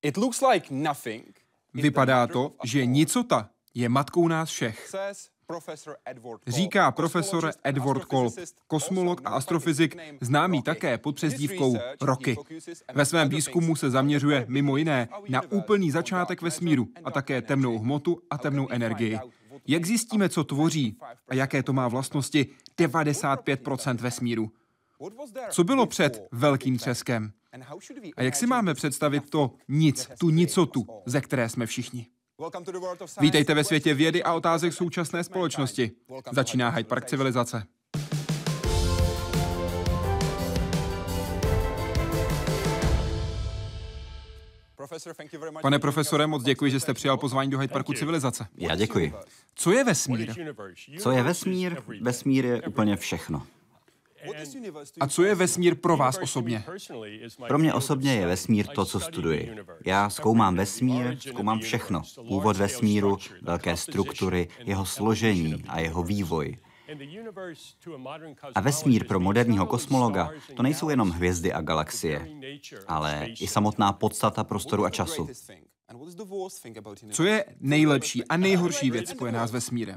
Vypadá to, že nicota je matkou nás všech. Říká profesor Edward Kolb, kosmolog a astrofyzik, známý také pod přezdívkou Rocky. Ve svém výzkumu se zaměřuje mimo jiné na úplný začátek vesmíru a také temnou hmotu a temnou energii. Jak zjistíme, co tvoří a jaké to má vlastnosti 95% vesmíru? Co bylo před velkým třeskem? A jak si máme představit to nic, tu nicotu, ze které jsme všichni? Vítejte ve světě vědy a otázek současné společnosti. Začíná Hyde Park civilizace. Pane profesore, moc děkuji, že jste přijal pozvání do Hyde Parku civilizace. Já děkuji. Co je vesmír? Co je vesmír? Vesmír je úplně všechno. A co je vesmír pro vás osobně? Pro mě osobně je vesmír to, co studuji. Já zkoumám vesmír, zkoumám všechno. Původ vesmíru, velké struktury, jeho složení a jeho vývoj. A vesmír pro moderního kosmologa to nejsou jenom hvězdy a galaxie, ale i samotná podstata prostoru a času. Co je nejlepší a nejhorší věc spojená s vesmírem?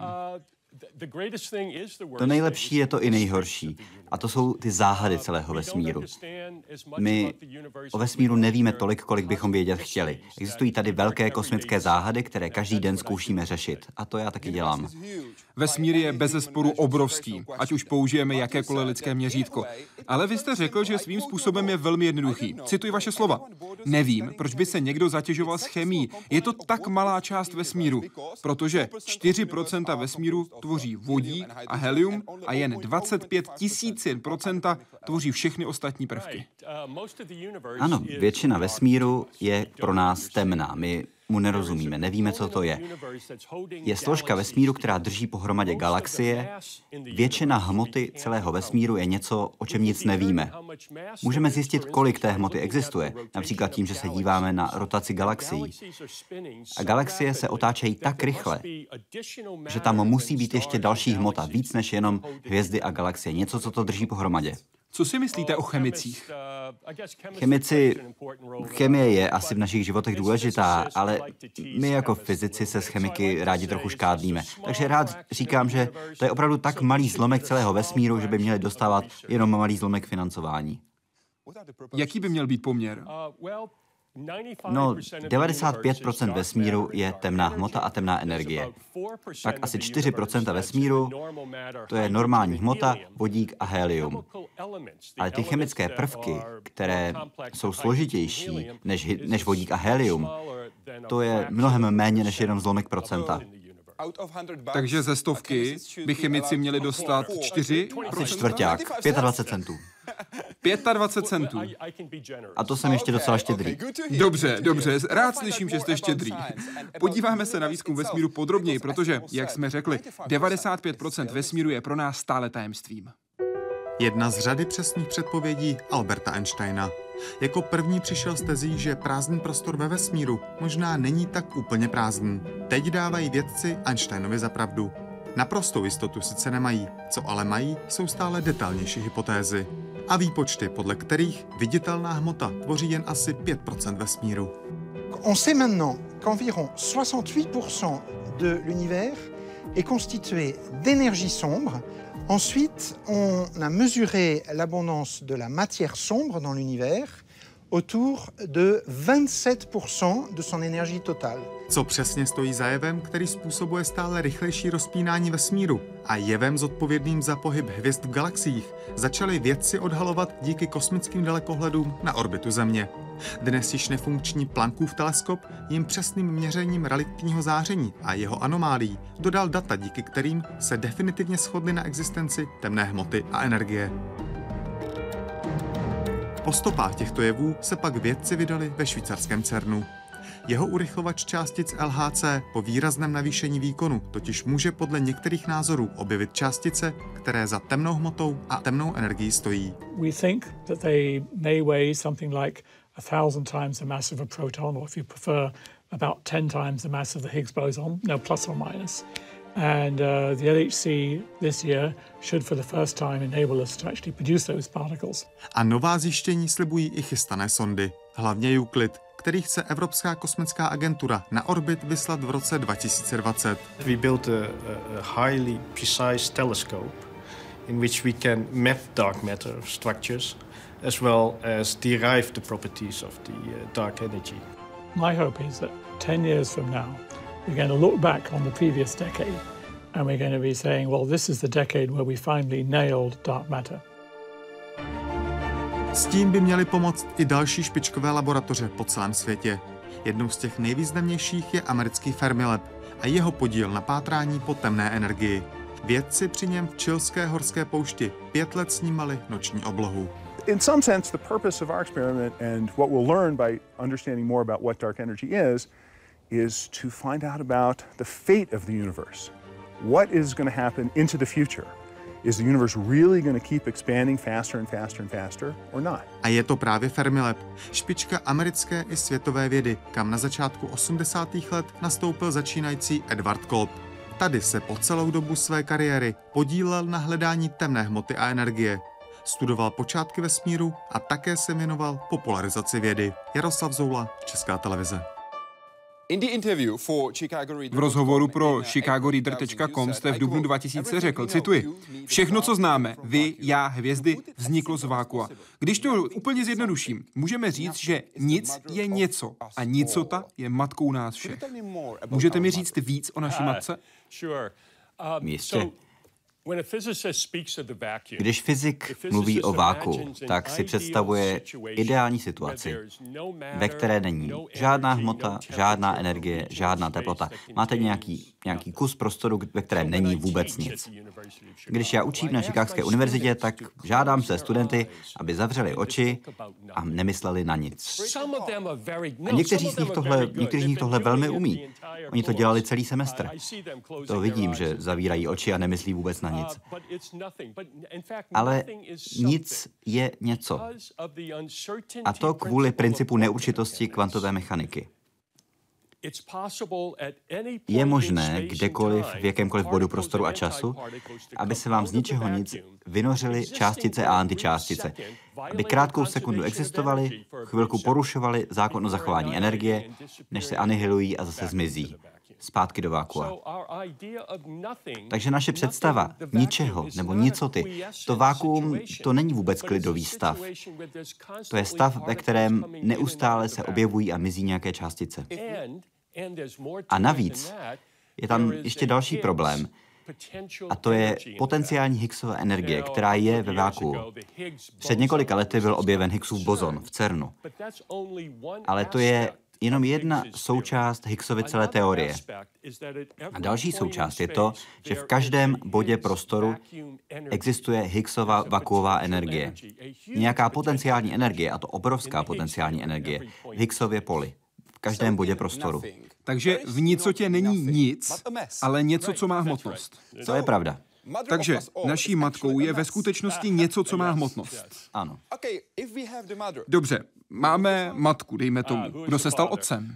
To nejlepší je to i nejhorší. A to jsou ty záhady celého vesmíru. My o vesmíru nevíme tolik, kolik bychom vědět chtěli. Existují tady velké kosmické záhady, které každý den zkoušíme řešit. A to já taky dělám. Vesmír je bezesporu obrovský, ať už použijeme jakékoliv lidské měřítko. Ale vy jste řekl, že svým způsobem je velmi jednoduchý. Cituji vaše slova. Nevím, proč by se někdo zatěžoval s chemií. Je to tak malá část vesmíru, protože 4% vesmíru tvoří vodík a helium a jen 25 000% tvoří všechny ostatní prvky. Ano, většina vesmíru je pro nás temná. My mu nerozumíme, nevíme, co to je. Je složka vesmíru, která drží pohromadě galaxie. Většina hmoty celého vesmíru je něco, o čem nic nevíme. Můžeme zjistit, kolik té hmoty existuje, například tím, že se díváme na rotaci galaxií. A galaxie se otáčejí tak rychle, že tam musí být ještě další hmota, víc než jenom hvězdy a galaxie, něco, co to drží pohromadě. Co si myslíte o chemicích? Chemie je asi v našich životech důležitá, ale my jako fyzici se s chemiky rádi trochu škádlíme. Takže rád říkám, že to je opravdu tak malý zlomek celého vesmíru, že by měli dostávat jenom malý zlomek financování. Jaký by měl být poměr? No, 95% vesmíru je temná hmota a temná energie. Pak asi 4% vesmíru, to je normální hmota, vodík a helium. Ale ty chemické prvky, které jsou složitější než vodík a helium, to je mnohem méně než jenom zlomek procenta. Takže ze 100 by chemici měli dostat 4? Asi čtvrťák, 25 centů. 25 centů. A to jsem ještě docela štědrý. Dobře, rád slyším, že jste štědrý. Podíváme se na výzkum vesmíru podrobněji, protože, jak jsme řekli, 95% vesmíru je pro nás stále tajemstvím. Jedna z řady přesných předpovědí Alberta Einsteina. Jako první přišel s tezí, že prázdný prostor ve vesmíru možná není tak úplně prázdný. Teď dávají vědci Einsteinovi za pravdu. Naprostou jistotu sice nemají, co ale mají, jsou stále detailnější hypotézy. A výpočty, podle kterých viditelná hmota tvoří jen asi 5% vesmíru. On sait maintenant qu'environ 68% de l'univers est constitué d'énergie sombre. Ensuite, on a mesuré l'abondance de la matière sombre dans l'univers autour de 27% de son énergie totale. Co přesně stojí za jevem, který způsobuje stále rychlejší rozpínání vesmíru a jevem zodpovědným za pohyb hvězd v galaxiích, začali vědci odhalovat díky kosmickým dalekohledům na orbitu Země. Dnes již nefunkční Planckův teleskop jim přesným měřením reliktního záření a jeho anomálií dodal data, díky kterým se definitivně shodli na existenci temné hmoty a energie. Po stopách těchto jevů se pak vědci vydali ve švýcarském CERNu. Jeho urychlovač částic LHC po výrazném navýšení výkonu totiž může podle některých názorů objevit částice, které za temnou hmotou a temnou energií stojí. We think that they may weigh something like 1,000 times the mass of a proton, or if you prefer, about 10 times the mass of the Higgs boson, no plus or minus. And the LHC this year should for the first time enable us to actually produce those particles. A nová zjištění slibují i chystané sondy, hlavně Euclid, který chce Evropská kosmická agentura na orbit vyslat v roce 2020. We built a highly precise telescope in which we can map dark matter structures as well as derive the properties of the dark energy. My hope is that 10 years from now, we're going to look back on the previous decade and we're going to be saying, well, this is the decade where we finally nailed dark matter. S tím by měly pomoct i další špičkové laboratoře po celém světě. Jednou z těch nejvýznamnějších je americký Fermilab a jeho podíl na pátrání po temné energii. Vědci při něm v chilské horské poušti 5 let snímali noční oblohu. In some sense, the purpose of our experiment and what we'll learn by understanding more about what dark energy is to find out about the fate of the universe. What is going to happen into the future? Is the universe really going to keep expanding faster and faster and faster or not? A je to právě Fermilab, špička americké i světové vědy, kam na začátku 80. let nastoupil začínající Edward Kolb. Tady se po celou dobu své kariéry podílel na hledání temné hmoty a energie. Studoval počátky vesmíru a také se věnoval popularizaci vědy. Jaroslav Zoula, Česká televize. V rozhovoru pro chicagoreader.com jste v dubnu 2000 řekl, cituji, všechno, co známe, vy, já, hvězdy, vzniklo z vákua. Když to úplně zjednoduším, můžeme říct, že nic je něco a nicota je matkou nás všech. Můžete mi říct víc o naší matce? Jistě. Když fyzik mluví o váku, tak si představuje ideální situaci, ve které není žádná hmota, žádná energie, žádná teplota. Máte nějaký kus prostoru, ve kterém není vůbec nic. Když já učím na Chicagské univerzitě, tak žádám své studenty, aby zavřeli oči a nemysleli na nic. A někteří z nich tohle velmi umí. Oni to dělali celý semestr. To vidím, že zavírají oči a nemyslí vůbec na nic. Ale nic je něco. A to kvůli principu neurčitosti kvantové mechaniky. Je možné kdekoliv, v jakémkoliv bodu prostoru a času, aby se vám z ničeho nic vynořily částice a antičástice. Aby krátkou sekundu existovaly, chvilku porušovaly zákon o zachování energie, než se anihilují a zase zmizí. Zpátky do vákua. Takže naše představa ničeho nebo nicoty, to vákuum, to není vůbec klidový stav. To je stav, ve kterém neustále se objevují a mizí nějaké částice. A navíc je tam ještě další problém, a to je potenciální Higgsova energie, která je ve vákuu. Před několika lety byl objeven Higgsův bozon v CERNu. Ale to je jenom jedna součást Higgsovy celé teorie. A další součást je to, že v každém bodě prostoru existuje Higgsova vakuová energie. Nějaká potenciální energie, a to obrovská potenciální energie, v Higgsově poli. V každém bodě prostoru. Takže v nicotě není nic, ale něco, co má hmotnost. To je pravda. Takže naší matkou je ve skutečnosti něco, co má hmotnost. Ano. Dobře, máme matku, dejme tomu. Kdo se stal otcem?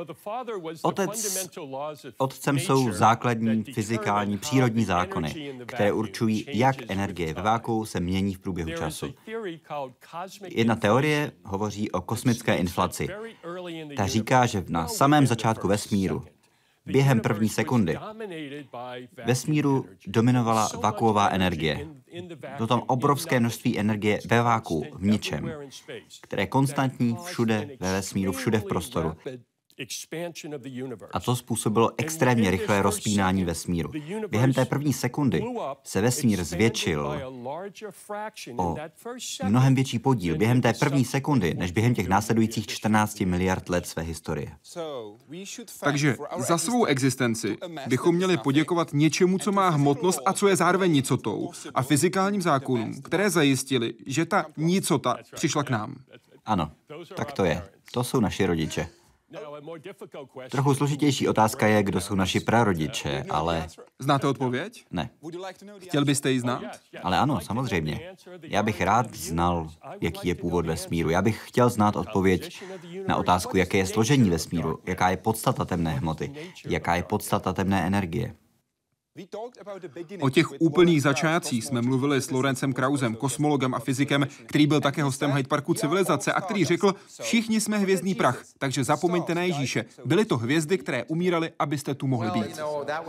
Otcem jsou základní fyzikální přírodní zákony, které určují, jak energie ve vákuu se mění v průběhu času. Jedna teorie hovoří o kosmické inflaci. Ta říká, že na samém začátku vesmíru, během první sekundy, vesmíru dominovala vakuová energie. Bylo tam obrovské množství energie ve vákuu, v ničem, které je konstantní všude ve vesmíru, všude v prostoru. A to způsobilo extrémně rychlé rozpínání vesmíru. Během té první sekundy se vesmír zvětšil o mnohem větší podíl během té první sekundy, než během těch následujících 14 miliard let své historie. Takže za svou existenci bychom měli poděkovat něčemu, co má hmotnost a co je zároveň nicotou, a fyzikálním zákonům, které zajistili, že ta nicota přišla k nám. Ano, tak to je. To jsou naši rodiče. Trochu složitější otázka je, kdo jsou naši prarodiče, ale... Znáte odpověď? Ne. Chtěl byste ji znát? Ale ano, samozřejmě. Já bych rád znal, jaký je původ vesmíru. Já bych chtěl znát odpověď na otázku, jaké je složení vesmíru, jaká je podstata temné hmoty, jaká je podstata temné energie. O těch úplných začátcích jsme mluvili s Lorencem Krausem, kosmologem a fyzikem, který byl také hostem Hyde Parku civilizace a který řekl, všichni jsme hvězdný prach, takže zapomeňte na Ježíše. Byly to hvězdy, které umíraly, abyste tu mohli být.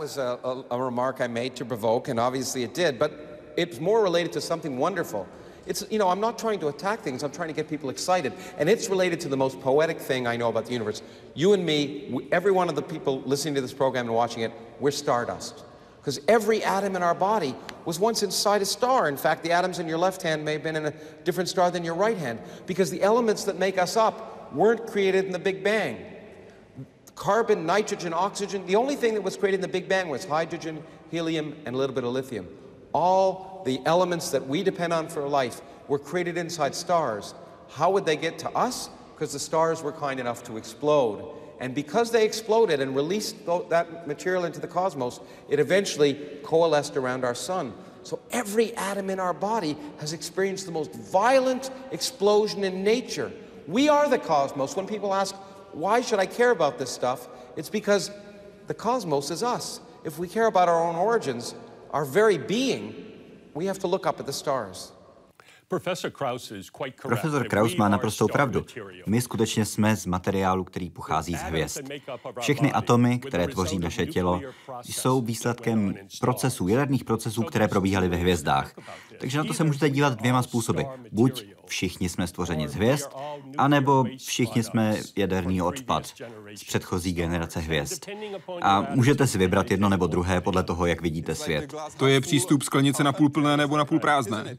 It's, I'm not trying to attack things, I'm trying to get people excited. And it's related to the most poetic thing I know about the universe. You and me, every one of the people listening to this program and watching it, we're stardust. Because every atom in our body was once inside a star. In fact, the atoms in your left hand may have been in a different star than your right hand. Because the elements that make us up weren't created in the Big Bang. Carbon, nitrogen, oxygen, the only thing that was created in the Big Bang was hydrogen, helium, and a little bit of lithium. All the elements that we depend on for life were created inside stars. How would they get to us? Because the stars were kind enough to explode. And because they exploded and released that material into the cosmos, it eventually coalesced around our sun. So every atom in our body has experienced the most violent explosion in nature. We are the cosmos. When people ask, why should I care about this stuff? It's because the cosmos is us. If we care about our own origins, our very being, we have to look up at the stars. Profesor Kraus má naprostou pravdu. My skutečně jsme z materiálu, který pochází z hvězd. Všechny atomy, které tvoří naše tělo, jsou výsledkem procesů, jaderných procesů, které probíhaly ve hvězdách. Takže na to se můžete dívat dvěma způsoby. Buď všichni jsme stvořeni z hvězd, anebo všichni jsme jaderný odpad z předchozí generace hvězd. A můžete si vybrat jedno nebo druhé podle toho, jak vidíte svět. To je přístup sklenice na půl plné nebo na půl prázdné.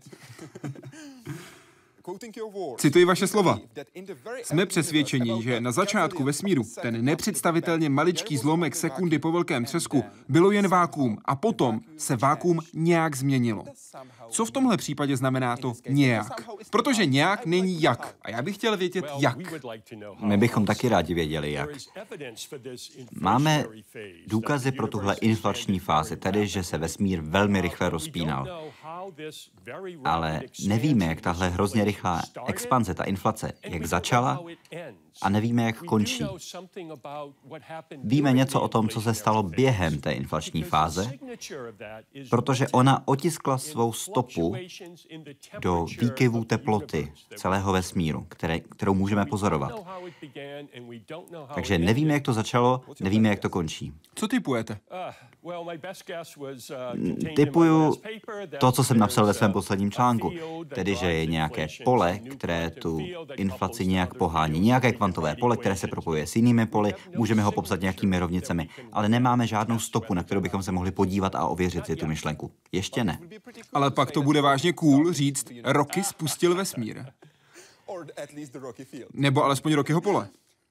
Cituji vaše slova. Jsme přesvědčeni, že na začátku vesmíru, ten nepředstavitelně maličký zlomek sekundy po velkém třesku, bylo jen vákuum a potom se vákuum nějak změnilo. Co v tomhle případě znamená to nějak? Protože nějak není jak. A já bych chtěl vědět jak. My bychom taky rádi věděli jak. Máme důkazy pro tuhle inflační fázi, tedy že se vesmír velmi rychle rozpínal. Ale nevíme, jak tahle hrozně rychlá expanze, ta inflace, jak začala a nevíme, jak končí. Víme něco o tom, co se stalo během té inflační fáze, protože ona otiskla svou stopu do výkyvů teploty celého vesmíru, kterou můžeme pozorovat. Takže nevíme, jak to začalo, nevíme, jak to končí. Co tipujete? Tipuju to, co jsem napsal ve svém posledním článku, tedy, že je nějaké pole, které tu inflaci nějak pohání, nějaké kvantové pole, které se propojuje s jinými poli, můžeme ho popsat nějakými rovnicemi, ale nemáme žádnou stopu, na kterou bychom se mohli podívat a ověřit si tu myšlenku. Ještě ne. Ale pak to bude vážně cool říct, Rocky spustil vesmír. Nebo alespoň Rockyho pole.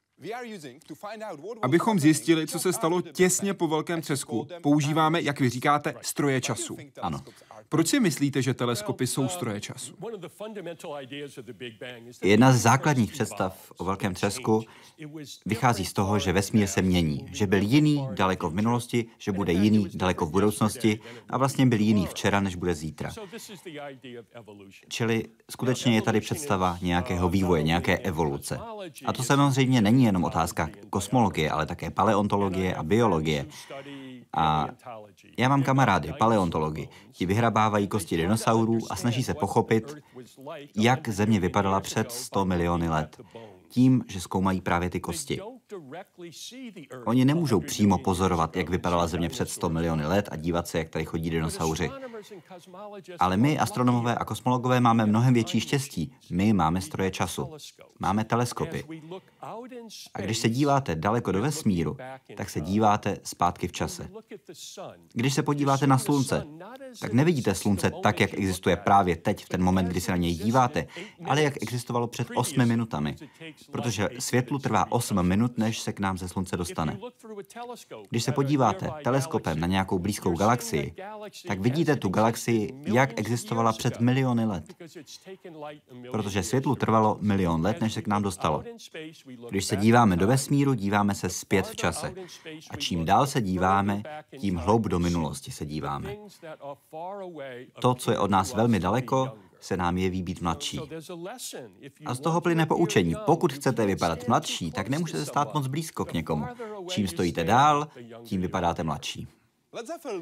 Abychom zjistili, co se stalo těsně po velkém třesku, používáme, jak vy říkáte, stroje času. Ano. Proč si myslíte, že teleskopy jsou stroje času? Jedna z základních představ o velkém třesku vychází z toho, že vesmír se mění, že byl jiný daleko v minulosti, že bude jiný daleko v budoucnosti a vlastně byl jiný včera, než bude zítra. Čili skutečně je tady představa nějakého vývoje, nějaké evoluce. A to samozřejmě není jenom otázka kosmologie, ale také paleontologie a biologie. A já mám kamarády, paleontology. Ti vyhrabávají kosti dinosaurů a snaží se pochopit, jak Země vypadala před 100 miliony let. Tím, že zkoumají právě ty kosti. Oni nemůžou přímo pozorovat, jak vypadala Země před 100 miliony let a dívat se, jak tady chodí dinosauři. Ale my, astronomové a kosmologové, máme mnohem větší štěstí. My máme stroje času. Máme teleskopy. A když se díváte daleko do vesmíru, tak se díváte zpátky v čase. Když se podíváte na slunce, tak nevidíte slunce tak, jak existuje právě teď, v ten moment, kdy se na něj díváte, ale jak existovalo před 8 minutami. Protože světlu trvá 8 minut, než se k nám ze slunce dostane. Když se podíváte teleskopem na nějakou blízkou galaxii, tak vidíte tu galaxii, jak existovala před miliony let. Protože světlu trvalo milion let, než se k nám dostalo. Když se díváme do vesmíru, díváme se zpět v čase. A čím dál se díváme, tím hloub do minulosti se díváme. To, co je od nás velmi daleko, se nám jeví být mladší. A z toho plyne poučení. Pokud chcete vypadat mladší, tak nemůžete stát moc blízko k někomu. Čím stojíte dál, tím vypadáte mladší.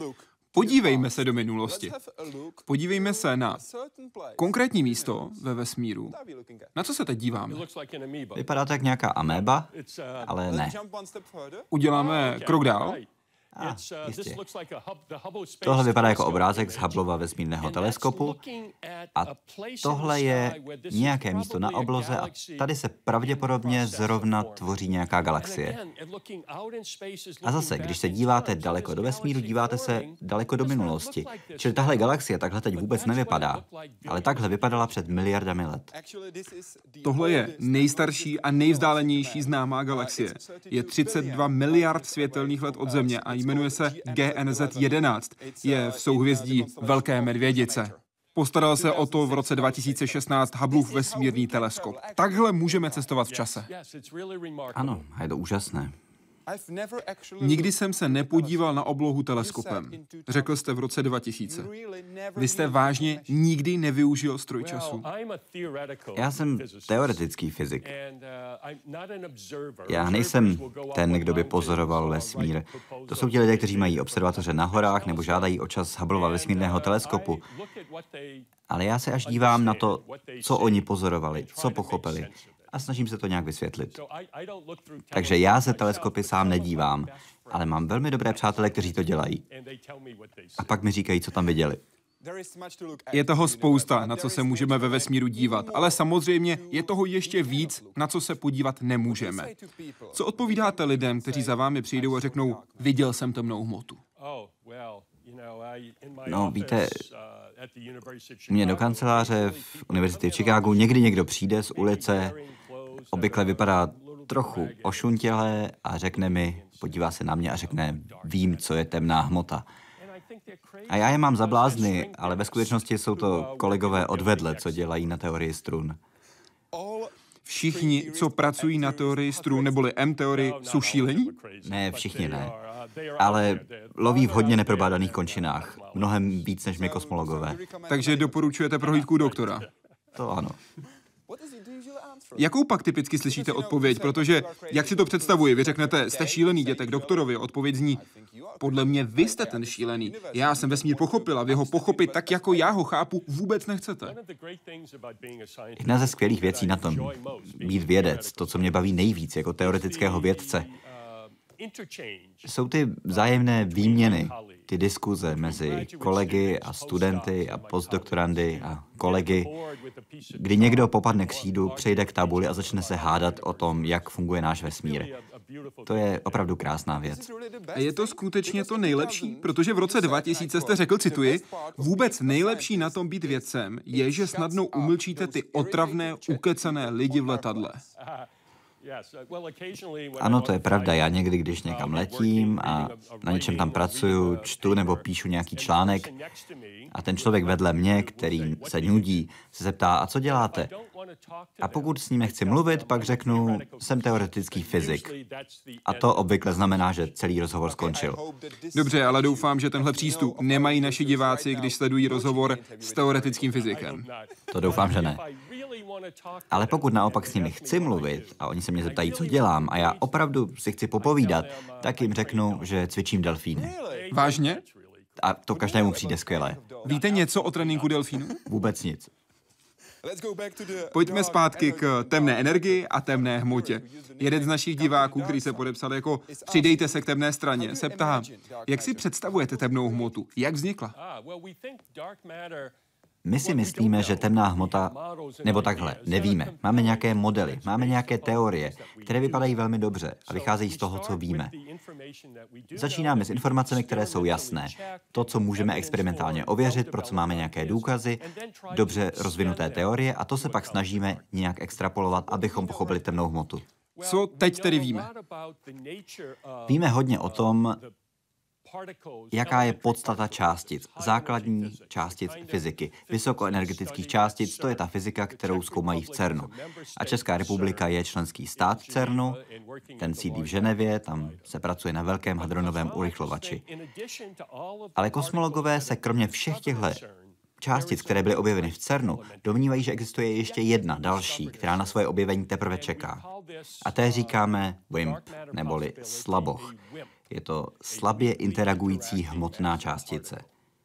Podívejme se do minulosti. Podívejme se na konkrétní místo ve vesmíru. Na co se teď díváme? Vypadá to jak nějaká améba, ale ne. Uděláme krok dál. Jistě. Tohle vypadá jako obrázek z Hubbleova vesmírného teleskopu a tohle je nějaké místo na obloze a tady se pravděpodobně zrovna tvoří nějaká galaxie. A zase, když se díváte daleko do vesmíru, díváte se daleko do minulosti. Čili tahle galaxie takhle teď vůbec nevypadá, ale takhle vypadala před miliardami let. Tohle je nejstarší a nejvzdálenější známá galaxie. Je 32 miliard světelných let od Země a jmenuje se GNZ 11. Je v souhvězdí Velké medvědice. Postaral se o to v roce 2016 Hubbleův vesmírný teleskop. Takhle můžeme cestovat v čase. Ano, je to úžasné. Nikdy jsem se nepodíval na oblohu teleskopem. Řekl jste v roce 2000. Vy jste vážně nikdy nevyužil stroj času? Já jsem teoretický fyzik. Já nejsem ten, kdo by pozoroval vesmír. To jsou ti lidé, kteří mají observatoře na horách nebo žádají o čas Hubbleova vesmírného teleskopu. Ale já se až dívám na to, co oni pozorovali, co pochopili. A snažím se to nějak vysvětlit. Takže já se teleskopy sám nedívám, ale mám velmi dobré přátele, kteří to dělají. A pak mi říkají, co tam viděli. Je toho spousta, na co se můžeme ve vesmíru dívat, ale samozřejmě je toho ještě víc, na co se podívat nemůžeme. Co odpovídáte lidem, kteří za vámi přijdou a řeknou, viděl jsem temnou hmotu? No, víte, u mě do kanceláře v univerzitě v Chicagu někdy někdo přijde z ulice, obvykle vypadá trochu ošuntěle a řekne mi, podívá se na mě a řekne, vím, co je temná hmota. A já je mám za blázny, ale ve skutečnosti jsou to kolegové odvedle, co dělají na teorii strun. Všichni, co pracují na teorii strun neboli M-teorii, jsou šílení? Ne, všichni ne. Ale loví v hodně neprobádaných končinách. Mnohem víc než my kosmologové. Takže doporučujete prohlídku doktora? To ano. Jakou pak typicky slyšíte odpověď? Protože, jak si to představuji, vy řeknete, jste šílený, jděte k doktorovi. Odpověď zní, podle mě vy jste ten šílený. Já jsem vesmír pochopil a vy ho pochopit tak, jako já ho chápu, vůbec nechcete. Jedna ze skvělých věcí na tom být vědec, to, co mě baví nejvíc jako teoretického vědce, jsou ty vzájemné výměny, ty diskuze mezi kolegy a studenty a postdoktorandy a kolegy, kdy někdo popadne k křídu, přejde k tabuli a začne se hádat o tom, jak funguje náš vesmír. To je opravdu krásná věc. A je to skutečně to nejlepší? Protože v roce 2000 jste řekl, cituji, vůbec nejlepší na tom být vědcem je, že snadno umlčíte ty otravné, ukecené lidi v letadle. Ano, to je pravda. Já někdy, když někam letím a na něčem tam pracuju, čtu nebo píšu nějaký článek a ten člověk vedle mě, který se nudí, se zeptá, a co děláte? A pokud s ním nechci mluvit, pak řeknu, jsem teoretický fyzik. A to obvykle znamená, že celý rozhovor skončil. Dobře, ale doufám, že tenhle přístup nemají naši diváci, když sledují rozhovor s teoretickým fyzikem. To doufám, že ne. Ale pokud naopak s nimi chci mluvit a oni se mě zeptají, co dělám a já opravdu si chci popovídat, tak jim řeknu, že cvičím delfíny. Vážně? A to každému přijde skvělé. Víte něco o tréninku delfínů? Vůbec nic. Pojďme zpátky k temné energii a temné hmotě. Jeden z našich diváků, který se podepsal jako přidejte se k temné straně, se ptá, jak si představujete temnou hmotu? Jak vznikla? My si myslíme, že temná hmota, nebo takhle, nevíme. Máme nějaké modely, máme nějaké teorie, které vypadají velmi dobře a vycházejí z toho, co víme. Začínáme s informacemi, které jsou jasné. To, co můžeme experimentálně ověřit, pro co máme nějaké důkazy, dobře rozvinuté teorie a to se pak snažíme nějak extrapolovat, abychom pochopili temnou hmotu. Co teď tedy víme? Víme hodně o tom, jaká je podstata částic, základní částic fyziky. Vysokoenergetických částic, to je ta fyzika, kterou zkoumají v CERNu. A Česká republika je členský stát CERNu, ten sídlí v Ženevě, tam se pracuje na velkém hadronovém urychlovači. Ale kosmologové se kromě všech těchto částic, které byly objeveny v CERNu, domnívají, že existuje ještě jedna další, která na svoje objevení teprve čeká. A té říkáme WIMP, neboli slaboch. Je to slabě interagující hmotná částice.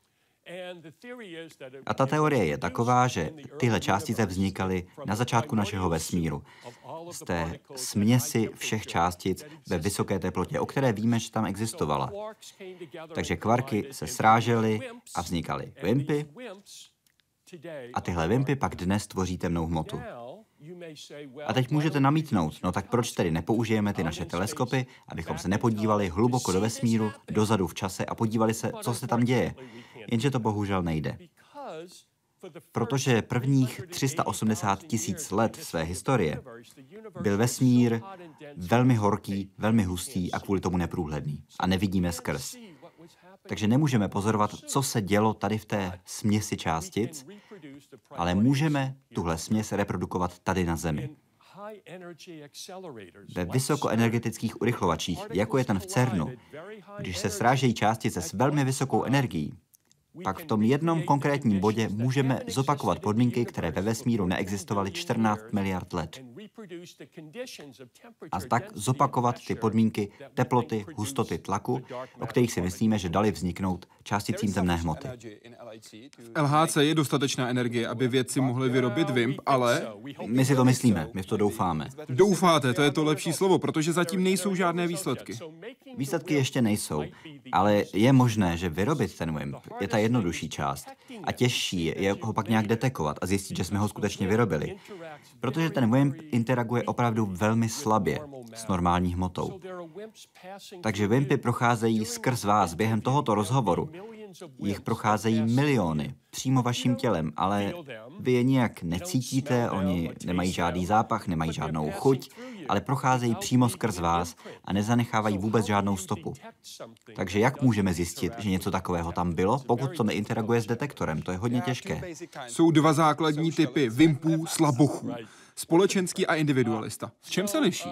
A ta teorie je taková, že tyhle částice vznikaly na začátku našeho vesmíru. Z té směsi všech částic ve vysoké teplotě, o které víme, že tam existovala. Takže kvarky se srážely a vznikaly wimpy. A tyhle wimpy pak dnes tvoří temnou hmotu. A teď můžete namítnout, no tak proč tedy nepoužijeme ty naše teleskopy, abychom se nepodívali hluboko do vesmíru, dozadu v čase a podívali se, co se tam děje. Jenže to bohužel nejde. Protože prvních 380 000 let své historie byl vesmír velmi horký, velmi hustý a kvůli tomu neprůhledný. A nevidíme skrz. Takže nemůžeme pozorovat, co se dělo tady v té směsi částic, ale můžeme tuhle směs reprodukovat tady na Zemi. Ve vysokoenergetických urychlovačích, jako je ten v CERNu, když se srážejí částice s velmi vysokou energií, pak v tom jednom konkrétním bodě můžeme zopakovat podmínky, které ve vesmíru neexistovaly 14 miliard let. A tak zopakovat ty podmínky teploty, hustoty, tlaku, o kterých si myslíme, že dali vzniknout částicím temné hmoty. V LHC je dostatečná energie, aby vědci mohli vyrobit WIMP, ale... My si to myslíme, my v to doufáme. Doufáte, to je to lepší slovo, protože zatím nejsou žádné výsledky. Výsledky ještě nejsou, ale je možné, že vyrobit ten WIMP je ta jednodušší část. A těžší je ho pak nějak detekovat a zjistit, že jsme ho skutečně vyrobili. Protože ten WIMP interaguje opravdu velmi slabě s normální hmotou. Takže WIMPy procházejí skrz vás během tohoto rozhovoru. Jich procházejí miliony přímo vaším tělem, ale vy je nijak necítíte, oni nemají žádný zápach, nemají žádnou chuť, ale procházejí přímo skrz vás a nezanechávají vůbec žádnou stopu. Takže jak můžeme zjistit, že něco takového tam bylo, pokud to neinteraguje s detektorem? To je hodně těžké. Jsou dva základní typy WIMPů slabochů. Společenský a individualista. V čem se liší?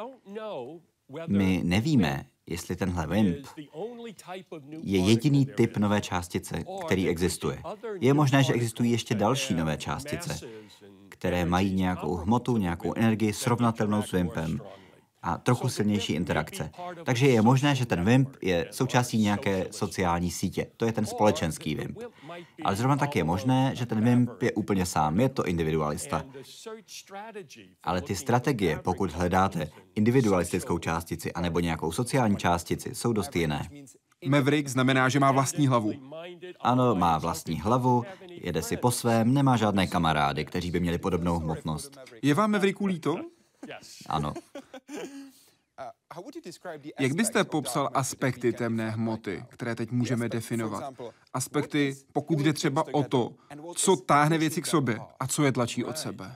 My nevíme, jestli tenhle WIMP je jediný typ nové částice, který existuje. Je možné, že existují ještě další nové částice, které mají nějakou hmotu, nějakou energii srovnatelnou s WIMPem a trochu silnější interakce. Takže je možné, že ten WIMP je součástí nějaké sociální sítě. To je ten společenský WIMP. Ale zrovna tak je možné, že ten WIMP je úplně sám, je to individualista. Ale ty strategie, pokud hledáte individualistickou částici anebo nějakou sociální částici, jsou dost jiné. Maverick znamená, že má vlastní hlavu. Ano, má vlastní hlavu, jede si po svém, nemá žádné kamarády, kteří by měli podobnou hmotnost. Je vám Mavericku líto? Ano. Jak byste popsal aspekty temné hmoty, které teď můžeme definovat? Aspekty, pokud jde třeba o to, co táhne věci k sobě a co je tlačí od sebe.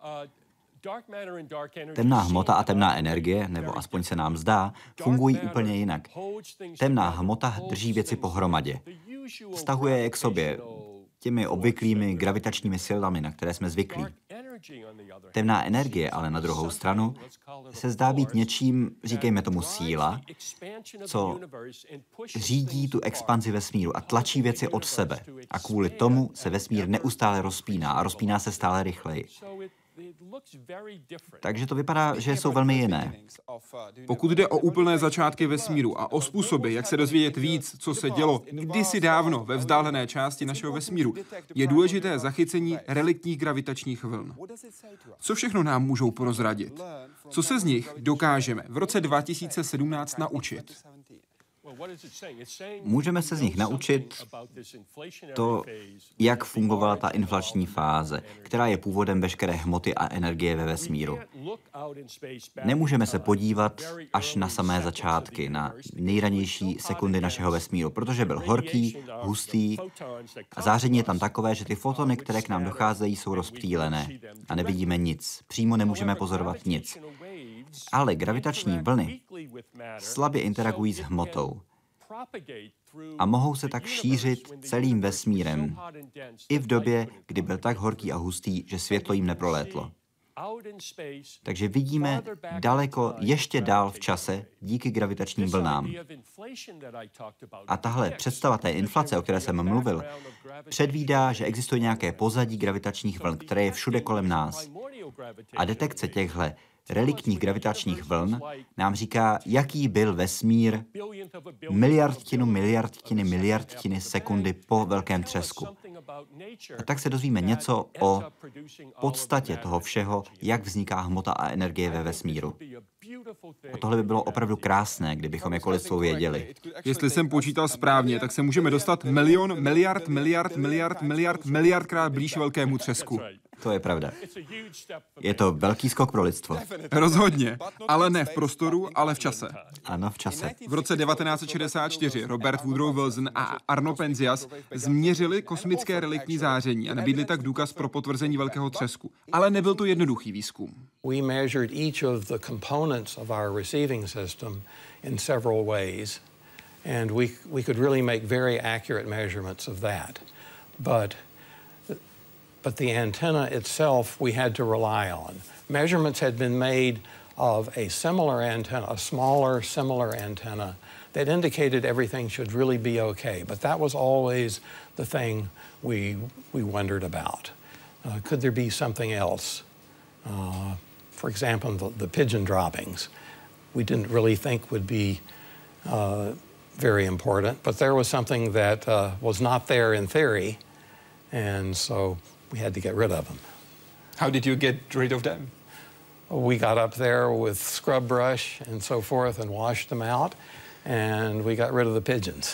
Temná hmota a temná energie, nebo aspoň se nám zdá, fungují úplně jinak. Temná hmota drží věci pohromadě. Vztahuje je k sobě těmi obvyklými gravitačními silami, na které jsme zvyklí. Temná energie, ale na druhou stranu, se zdá být něčím, říkejme tomu síla, co řídí tu expanzi vesmíru a tlačí věci od sebe. A kvůli tomu se vesmír neustále rozpíná a rozpíná se stále rychleji. Takže to vypadá, že jsou velmi jiné. Pokud jde o úplné začátky vesmíru a o způsoby, jak se dozvědět víc, co se dělo kdysi dávno ve vzdálené části našeho vesmíru, je důležité zachycení reliktních gravitačních vln. Co všechno nám můžou prozradit? Co se z nich dokážeme v roce 2017 naučit? Můžeme se z nich naučit to, jak fungovala ta inflační fáze, která je původem veškeré hmoty a energie ve vesmíru. Nemůžeme se podívat až na samé začátky, na nejranější sekundy našeho vesmíru, protože byl horký, hustý a záření je tam takové, že ty fotony, které k nám docházejí, jsou rozptýlené a nevidíme nic. Přímo nemůžeme pozorovat nic. Ale gravitační vlny slabě interagují s hmotou a mohou se tak šířit celým vesmírem, i v době, kdy byl tak horký a hustý, že světlo jim neprolétlo. Takže vidíme daleko ještě dál v čase díky gravitačním vlnám. A tahle představa té inflace, o které jsem mluvil, předvídá, že existuje nějaké pozadí gravitačních vln, které je všude kolem nás. A detekce těchhle reliktních gravitačních vln nám říká, jaký byl vesmír miliardtiny sekundy po velkém třesku. A tak se dozvíme něco o podstatě toho všeho, jak vzniká hmota a energie ve vesmíru. A tohle by bylo opravdu krásné, kdybychom jako lidstvo věděli. Jestli jsem počítal správně, tak se můžeme dostat miliardkrát blíž velkému třesku. To je pravda. Je to velký skok pro lidstvo. Rozhodně, ale ne v prostoru, ale v čase. Ano, v čase. V roce 1964 Robert Woodrow Wilson a Arno Penzias změřili kosmické reliktní záření a nabídli tak důkaz pro potvrzení velkého třesku. Ale nebyl to jednoduchý výzkum. We measured each of the components of our receiving system in several ways, and we could really make very accurate measurements of that. But the antenna itself we had to rely on. Measurements had been made of a similar antenna, a smaller similar antenna that indicated everything should really be okay. But that was always the thing we wondered about. Could there be something else? For example, the pigeon droppings, we didn't really think would be very important, but there was something that was not there in theory, and so we had to get rid of them. How did you get rid of them? We got up there with scrub brush and so forth and washed them out, and we got rid of the pigeons.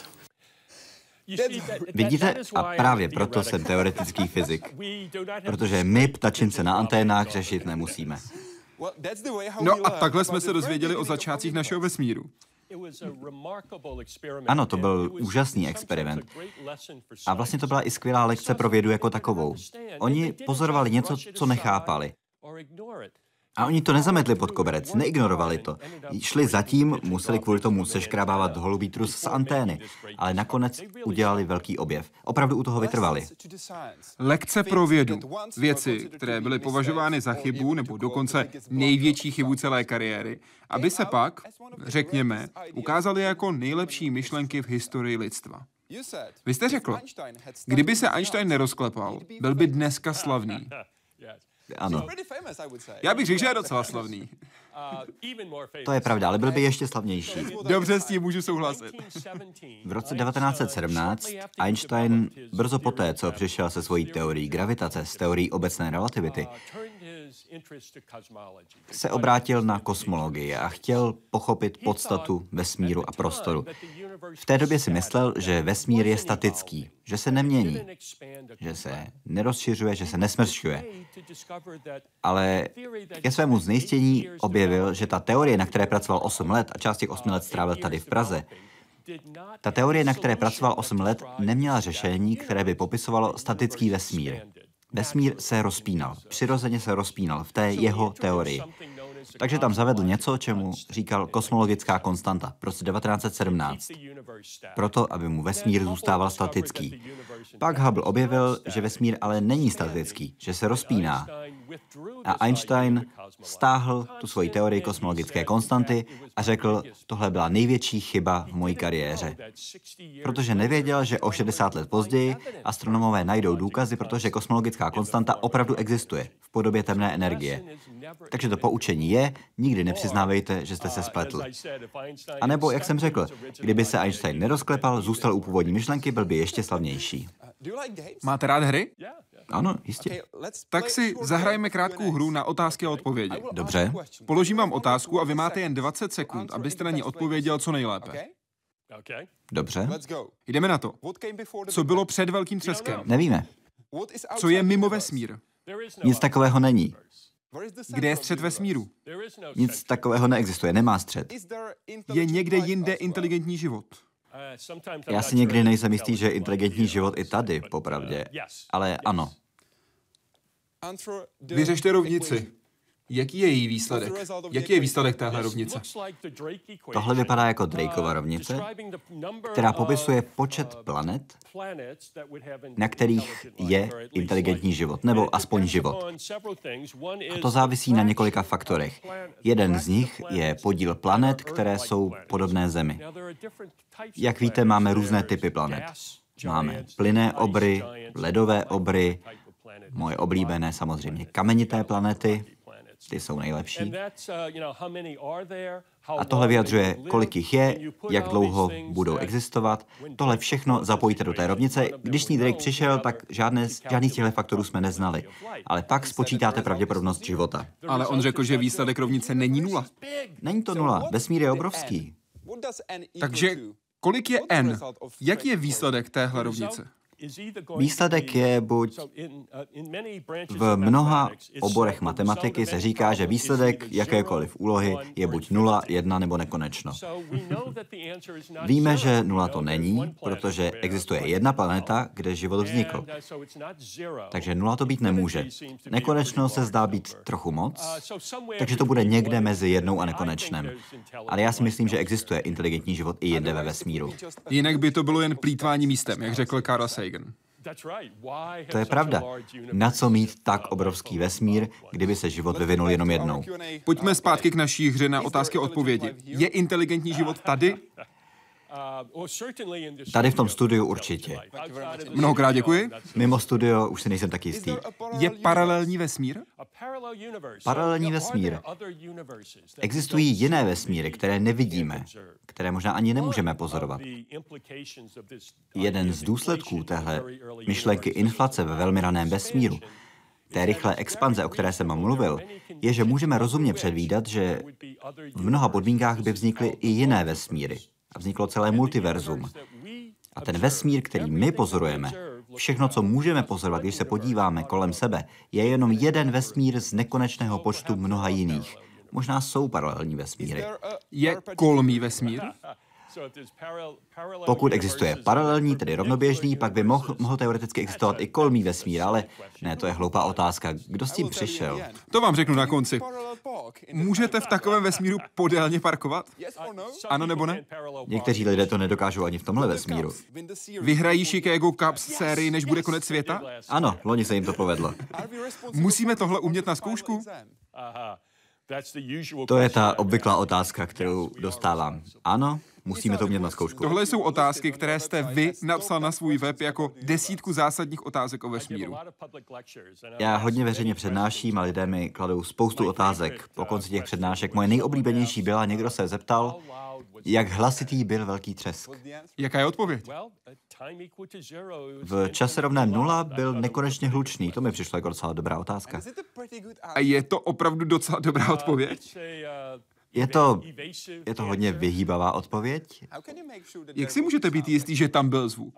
Vidíte? A právě proto jsem teoretický fyzik. Protože my ptačince na anténách řešit nemusíme. No a takhle jsme se dozvěděli o začátcích našeho vesmíru. Ano, to byl úžasný experiment. A vlastně to byla i skvělá lekce pro vědu jako takovou. Oni pozorovali něco, co nechápali. A oni to nezametli pod koberec, neignorovali to. Šli zatím, museli kvůli tomu seškrábávat holubí trus z antény, ale nakonec udělali velký objev. Opravdu u toho vytrvali. Lekce pro vědu. Věci, které byly považovány za chybu nebo dokonce největší chybu celé kariéry, aby se pak, řekněme, ukázaly jako nejlepší myšlenky v historii lidstva. Vy jste řekl, kdyby se Einstein nerozklepal, byl by dneska slavný. Ano. Já bych řekl, že je docela slavný. To je pravda, ale byl by ještě slavnější. Dobře, s tím můžu souhlasit. V roce 1917 Einstein brzo poté, co přišel se svojí teorií gravitace, s teorií obecné relativity, se obrátil na kosmologii a chtěl pochopit podstatu vesmíru a prostoru. V té době si myslel, že vesmír je statický, že se nemění, že se nerozšiřuje, že se nesmršťuje. Ale ke svému znejistění objevil, že ta teorie, na které pracoval 8 let a část těch 8 let strávil tady v Praze, ta teorie, na které pracoval 8 let, neměla řešení, které by popisovalo statický vesmír. Vesmír se rozpínal, přirozeně se rozpínal v té jeho teorii. Takže tam zavedl něco, čemu říkal kosmologická konstanta v roce 1917. Proto, aby mu vesmír zůstával statický. Pak Hubble objevil, že vesmír ale není statický, že se rozpíná. A Einstein stáhl tu svoji teorii kosmologické konstanty a řekl, tohle byla největší chyba v mojí kariéře. Protože nevěděl, že o 60 let později astronomové najdou důkazy, protože kosmologická konstanta opravdu existuje v podobě temné energie. Takže to poučení je, nikdy nepřiznávejte, že jste se spletl. A nebo, jak jsem řekl, kdyby se Einstein nerozklepal, zůstal u původní myšlenky, byl by ještě slavnější. Máte rád hry? Ano, jistě. Tak si zahrajeme krátkou hru na otázky a odpovědi. Dobře. Položím vám otázku a vy máte jen 20 sekund, abyste na ní odpověděl co nejlépe. Dobře. Jdeme na to. Co bylo před velkým třeskem? Nevíme. Co je mimo vesmír? Nic takového není. Kde je střed vesmíru? Nic takového neexistuje, nemá střed. Je někde jinde inteligentní život? Já si někdy nejsem jistý, že je inteligentní život i tady, popravdě. Ale ano. Vyřešte rovnici. Jaký je její výsledek? Jaký je výsledek téhle rovnice? Tohle vypadá jako Drakeova rovnice, která popisuje počet planet, na kterých je inteligentní život, nebo aspoň život. A to závisí na několika faktorech. Jeden z nich je podíl planet, které jsou podobné Zemi. Jak víte, máme různé typy planet. Máme plynné obry, ledové obry, moje oblíbené samozřejmě kamenité planety, ty jsou nejlepší. A tohle vyjadřuje, kolik jich je, jak dlouho budou existovat. Tohle všechno zapojíte do té rovnice. Když s ní Drake přišel, tak žádný z těchto faktorů jsme neznali. Ale pak spočítáte pravděpodobnost života. Ale on řekl, že výsledek rovnice není 0. Není to 0, vesmír je obrovský. Takže kolik je n? Jaký je výsledek téhle rovnice? Výsledek je buď v mnoha oborech matematiky se říká, že výsledek jakékoliv úlohy je buď 0, 1 nebo nekonečno. Víme, že 0 to není, protože existuje jedna planeta, kde život vznikl. Takže 0 to být nemůže. Nekonečno se zdá být trochu moc, takže to bude někde mezi 1 a nekonečnem. Ale já si myslím, že existuje inteligentní život i jinde ve vesmíru. Jinak by to bylo jen plýtvání místem, jak řekl Carl Sagan. To je pravda. Na co mít tak obrovský vesmír, kdyby se život vyvinul jenom jednou? Pojďme zpátky k naší hře na otázky a odpovědi. Je inteligentní život tady? Tady v tom studiu určitě. Mnohokrát děkuji. Mimo studio už si nejsem tak jistý. Je paralelní vesmír? Paralelní vesmír. Existují jiné vesmíry, které nevidíme, které možná ani nemůžeme pozorovat. Jeden z důsledků téhle myšlenky inflace ve velmi raném vesmíru, té rychlé expanze, o které jsem vám mluvil, je, že můžeme rozumně předvídat, že v mnoha podmínkách by vznikly i jiné vesmíry. A vzniklo celé multiverzum. A ten vesmír, který my pozorujeme, všechno, co můžeme pozorovat, když se podíváme kolem sebe, je jenom jeden vesmír z nekonečného počtu mnoha jiných. Možná jsou paralelní vesmíry. Je kolmý vesmír? Pokud existuje paralelní, tedy rovnoběžný, pak by mohl teoreticky existovat i kolmý vesmír, ale ne, to je hloupá otázka. Kdo s tím přišel? To vám řeknu na konci. Můžete v takovém vesmíru podélně parkovat? Ano nebo ne? Někteří lidé to nedokážou ani v tomhle vesmíru. Vyhrají Chicago Cubs sérii, než bude konec světa? Ano, loni se jim to povedlo. Musíme tohle umět na zkoušku? To je ta obvyklá otázka, kterou dostávám. Ano, musíme to umět na zkoušku. Tohle jsou otázky, které jste vy napsal na svůj web jako 10 zásadních otázek o vesmíru. Já hodně veřejně přednáším a lidé mi kladou spoustu otázek. Po konci těch přednášek moje nejoblíbenější byla, někdo se zeptal, jak hlasitý byl velký třesk. Jaká je odpověď? V čase rovném 0 byl nekonečně hlučný. To mi přišlo jako docela dobrá otázka. A je to opravdu docela dobrá odpověď? Je to hodně vyhýbavá odpověď. Jak si můžete být jistý, že tam byl zvuk?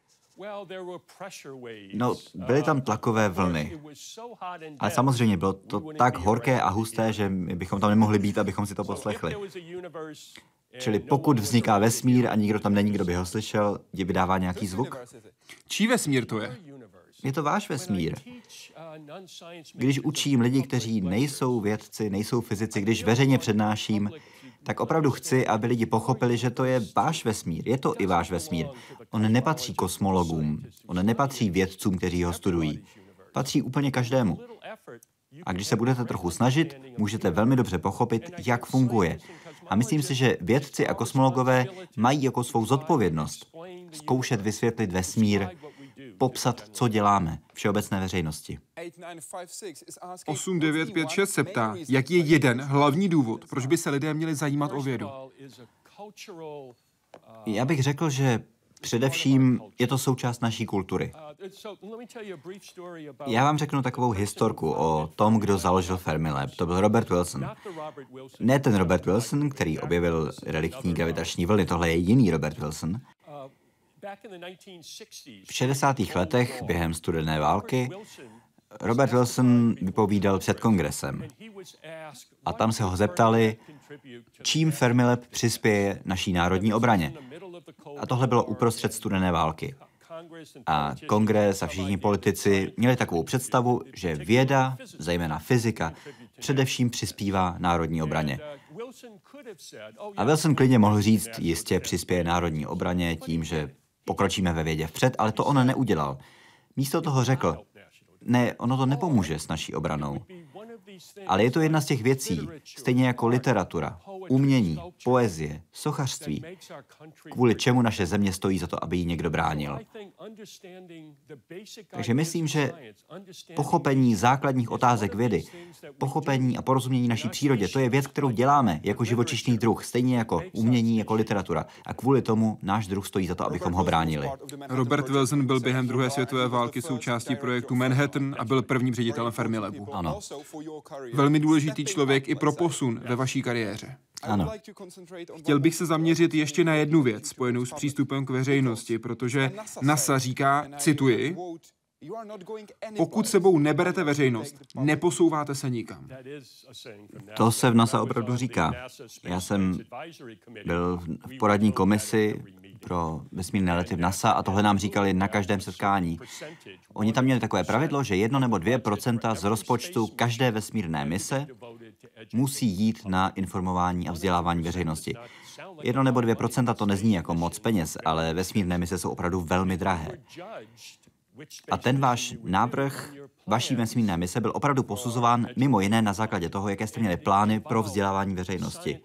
No, byly tam tlakové vlny. Ale samozřejmě bylo to tak horké a husté, že my bychom tam nemohli být, abychom si to poslechli. Čili pokud vzniká vesmír a nikdo tam není, kdo by ho slyšel, je vydává nějaký zvuk? Čí vesmír to je? Je to váš vesmír. Když učím lidi, kteří nejsou vědci, nejsou fyzici, když veřejně přednáším, tak opravdu chci, aby lidi pochopili, že to je váš vesmír. Je to i váš vesmír. On nepatří kosmologům, on nepatří vědcům, kteří ho studují. Patří úplně každému. A když se budete trochu snažit, můžete velmi dobře pochopit, jak funguje. A myslím si, že vědci a kosmologové mají jako svou zodpovědnost zkoušet vysvětlit vesmír, popsat, co děláme všeobecné veřejnosti. 8956 se ptá, jaký je jeden hlavní důvod, proč by se lidé měli zajímat o vědu. Já bych řekl, že především je to součást naší kultury. Já vám řeknu takovou historku o tom, kdo založil Fermilab. To byl Robert Wilson. Ne ten Robert Wilson, který objevil reliktní gravitační vlny, tohle je jiný Robert Wilson. V 60. letech během studené války Robert Wilson vypovídal před kongresem. A tam se ho zeptali, čím Fermilab přispěje naší národní obraně. A tohle bylo uprostřed studené války. A kongres a všichni politici měli takovou představu, že věda, zejména fyzika, především přispívá národní obraně. A Wilson klidně mohl říct, jistě přispěje národní obraně tím, že pokročíme ve vědě vpřed, ale to on neudělal. Místo toho řekl, ne, ono to nepomůže s naší obranou. Ale je to jedna z těch věcí, stejně jako literatura, umění, poezie, sochařství, kvůli čemu naše země stojí za to, aby ji někdo bránil. Takže myslím, že pochopení základních otázek vědy, pochopení a porozumění naší přírodě, to je věc, kterou děláme jako živočišný druh, stejně jako umění, jako literatura. A kvůli tomu náš druh stojí za to, abychom ho bránili. Robert Wilson byl během druhé světové války součástí projektu Manhattan a byl prvním ředitelem Fermilabu. Ano. Velmi důležitý člověk i pro posun ve vaší kariéře. Ano. Chtěl bych se zaměřit ještě na jednu věc spojenou s přístupem k veřejnosti, protože NASA říká, cituji, pokud sebou neberete veřejnost, neposouváte se nikam. To se v NASA opravdu říká. Já jsem byl v poradní komisi pro vesmírné lety v NASA a tohle nám říkali na každém setkání. Oni tam měli takové pravidlo, že 1 nebo 2% z rozpočtu každé vesmírné mise musí jít na informování a vzdělávání veřejnosti. 1 nebo 2% to nezní jako moc peněz, ale vesmírné mise jsou opravdu velmi drahé. A ten váš návrh vaší vesmírné mise byl opravdu posuzován mimo jiné na základě toho, jaké jste měli plány pro vzdělávání veřejnosti.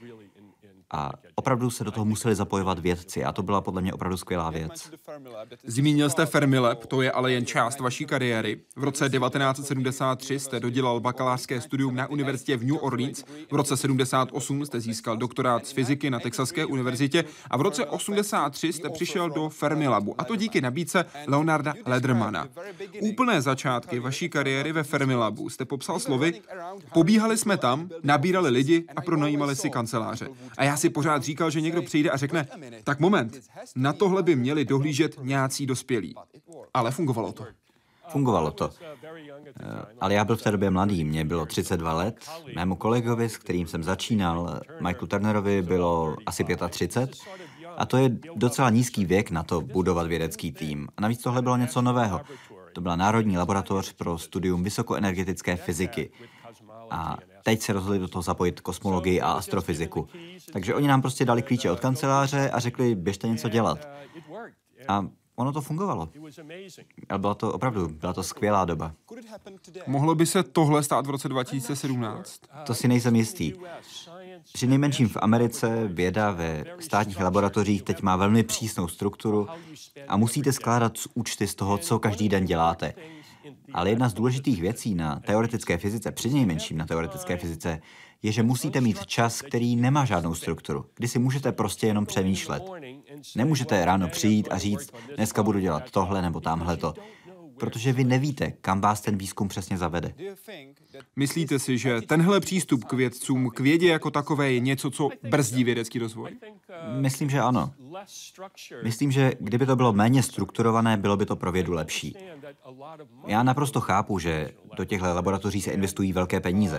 A opravdu se do toho museli zapojovat vědci a to byla podle mě opravdu skvělá věc. Zmínil jste Fermilab, to je ale jen část vaší kariéry. V roce 1973 jste dodělal bakalářské studium na univerzitě v New Orleans, v roce 1978 jste získal doktorát z fyziky na Texaské univerzitě a v roce 1983 jste přišel do Fermilabu, a to díky nabídce Leonarda Ledermana. Úplné začátky vaší kariéry ve Fermilabu jste popsal slovy: pobíhali jsme tam, nabírali lidi a pronajímali si kanceláře. A já si pořád říkal, že někdo přijde a řekne, tak moment, na tohle by měli dohlížet nějací dospělí. Ale fungovalo to. Fungovalo to. Ale já byl v té době mladý, mě bylo 32 let. Mému kolegovi, s kterým jsem začínal, Michaelu Turnerovi, bylo asi 35. A to je docela nízký věk na to budovat vědecký tým. A navíc tohle bylo něco nového. To byla Národní laboratoř pro studium vysokoenergetické fyziky. A teď se rozhodli do toho zapojit kosmologii a astrofyziku. Takže oni nám prostě dali klíče od kanceláře a řekli, běžte něco dělat. A ono to fungovalo. Ale byla to skvělá doba. Mohlo by se tohle stát v roce 2017? To si nejsem jistý. Přinejmenším v Americe věda ve státních laboratořích teď má velmi přísnou strukturu a musíte skládat účty z toho, co každý den děláte. Ale jedna z důležitých věcí na teoretické fyzice, přinejmenším na teoretické fyzice, je, že musíte mít čas, který nemá žádnou strukturu, kdy si můžete prostě jenom přemýšlet. Nemůžete ráno přijít a říct, dneska budu dělat tohle nebo tamhleto, protože vy nevíte, kam vás ten výzkum přesně zavede. Myslíte si, že tenhle přístup k vědcům, k vědě jako takové je něco, co brzdí vědecký rozvoj? Myslím, že ano. Myslím, že kdyby to bylo méně strukturované, bylo by to pro vědu lepší. Já naprosto chápu, že do těchto laboratoří se investují velké peníze.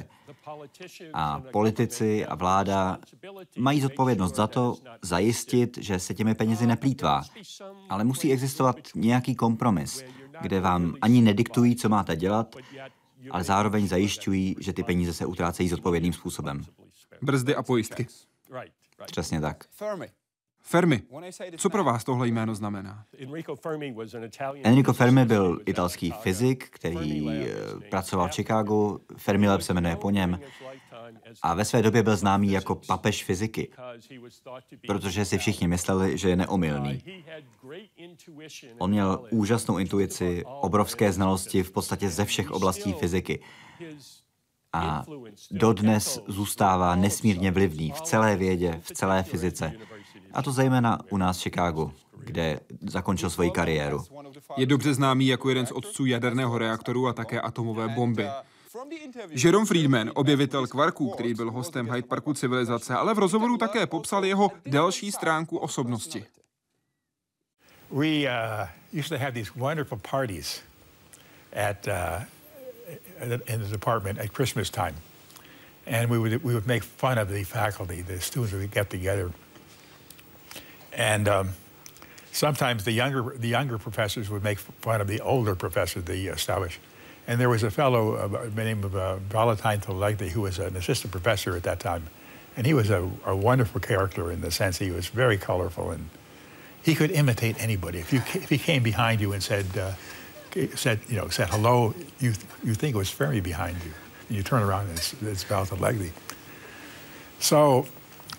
A politici a vláda mají zodpovědnost za to zajistit, že se těmi penězi neplýtvá. Ale musí existovat nějaký kompromis, kde vám ani nediktují, co máte dělat, ale zároveň zajišťují, že ty peníze se utrácejí zodpovědným způsobem. Brzdy a pojistky. Přesně tak. Fermi. Co pro vás tohle jméno znamená? Enrico Fermi byl italský fyzik, který pracoval v Chicagu. Fermilab se jmenuje po něm. A ve své době byl známý jako papež fyziky, protože si všichni mysleli, že je neomylný. On měl úžasnou intuici, obrovské znalosti v podstatě ze všech oblastí fyziky. A dodnes zůstává nesmírně vlivný v celé vědě, v celé fyzice. A to zejména u nás v Chicagu, kde zakončil svoji kariéru. Je dobře známý jako jeden z otců jaderného reaktoru a také atomové bomby. Jerome Friedman, objevitel kvarků, který byl hostem Hyde Parku civilizace, ale v rozhovoru také popsal jeho další stránku osobnosti. We used to have these wonderful parties in the department at Christmas time. And we would make fun of the faculty, the students would get together. And sometimes the younger professors would make fun of the older professors, the established. And there was a fellow by the name of Valentine Tolegny, who was an assistant professor at that time. And he was a wonderful character in the sense he was very colorful and he could imitate anybody. If he came behind you and said hello, you think it was Fermi behind you. And you turn around and it's Val Tolegny. So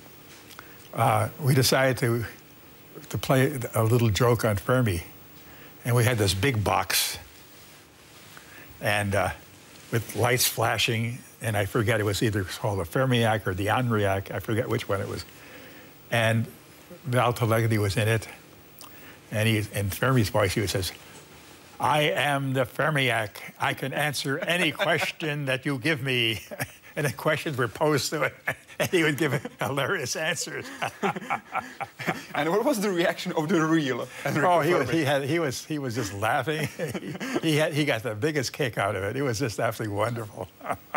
we decided to play a little joke on Fermi. And we had this big box, and with lights flashing, and I forget, it was either called a Fermiac or the Andriac, I forget which one it was. And Val Telegny was in it, and in Fermi's voice, he says, "I am the Fermiac. I can answer any question that you give me." And the questions were posed to it, and he would give hilarious answers. And what was the reaction of the real? Oh, he was just laughing. he got the biggest kick out of it. It was just absolutely wonderful.